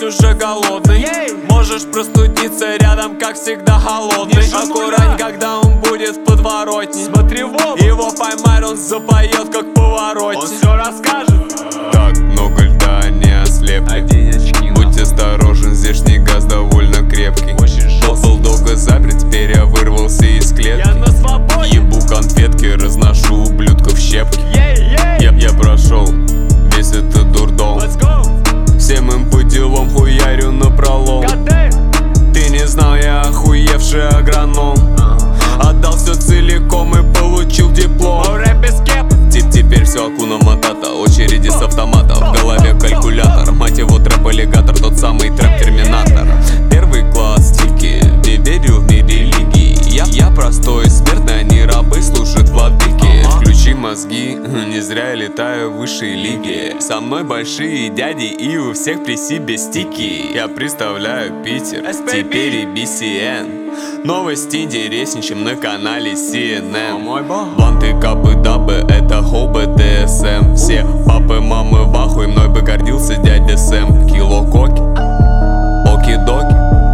уже голодный. Можешь простудиться рядом, как всегда холодный. Аккурать, когда он будет в подворотне. Смотри в оба. Его поймать, он запоет, как повороте. Он все расскажет. Так много льда, не ослепли. Одень очки. Будь осторожен, здешний газ довольно крепкий. Очень жестко. Был долго заперт, теперь я вырвался из клетки. Я на свободе. Ебу конфетки, разношу ублюдков щепки. Я прошел весь этот дурдом. Let's go. Всем им по делам хуярю напролом. Ты не знал, я охуевший агроном. Отдал все целиком и получил диплом. Теперь все Акуна Матата, очереди с автомата. В голове калькулятор, мать его трэп-аллигатор, тот самый трэп-терминатор. Первый класс, тики, не верю в мир религии. Я простой смертный, они рабы, служат владыке. Включи мозги, не зря я летаю в высшей лиге. Со мной большие дяди и у всех при себе стики. Я представляю Питер, теперь и BCN. Новости интереснее, чем на канале CNN. Бланты, капы, дабы, это хоу БДСМ. Все папы, мамы в ахуе, мной бы гордился дядя Сэм. Кило коки, оки-доки.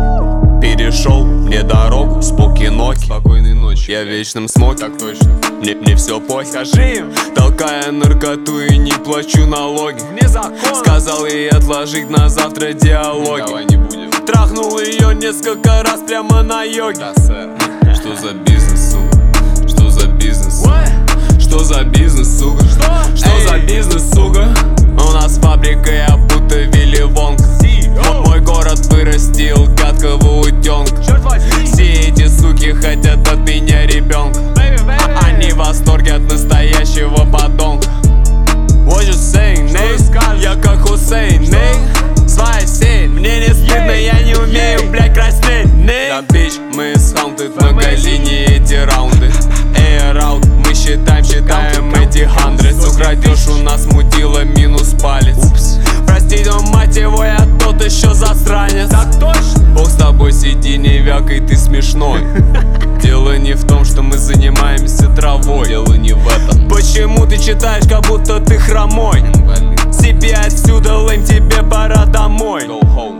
Перешел мне дорогу с покиноки. Спокойной ночи. Я в вечном смоке. Так точно. Мне все похер. Скажи им. Толкая наркоту и не плачу налоги. Вне закона. Сказал ей отложить на завтра диалоги. Давай не будем. Трахнул ее несколько раз прямо на йоге. Да, сэр. Что за бизнес, сука? Что за бизнес? Что за бизнес, сука? Что за бизнес, сука? У нас фабрика, я будто Вилли Вонг. Мой город вырастил гадкого утенка. Все эти суки хотят от меня ребенка. Они в восторге от настоящего подонка. What you saying, nigga? Я как Хусейн, nigga. Свои сеть, мне не стыдно, я не умею, блядь, краснеть, nigga. Да, бич, мы схаунтед в магазине эти раунды. Эй, раут, мы считаем эти хандрес. Украдешь у нас мудила минус палец. Прости, но мать его, я тот еще засранец. Так точно. Бог с тобой, сиди, не вякай, ты смешной. Дело не в том, что мы занимаемся травой. Дело не в этом. Почему ты читаешь, как будто ты хромой? Себе отсюда, лэм, тебе пора домой.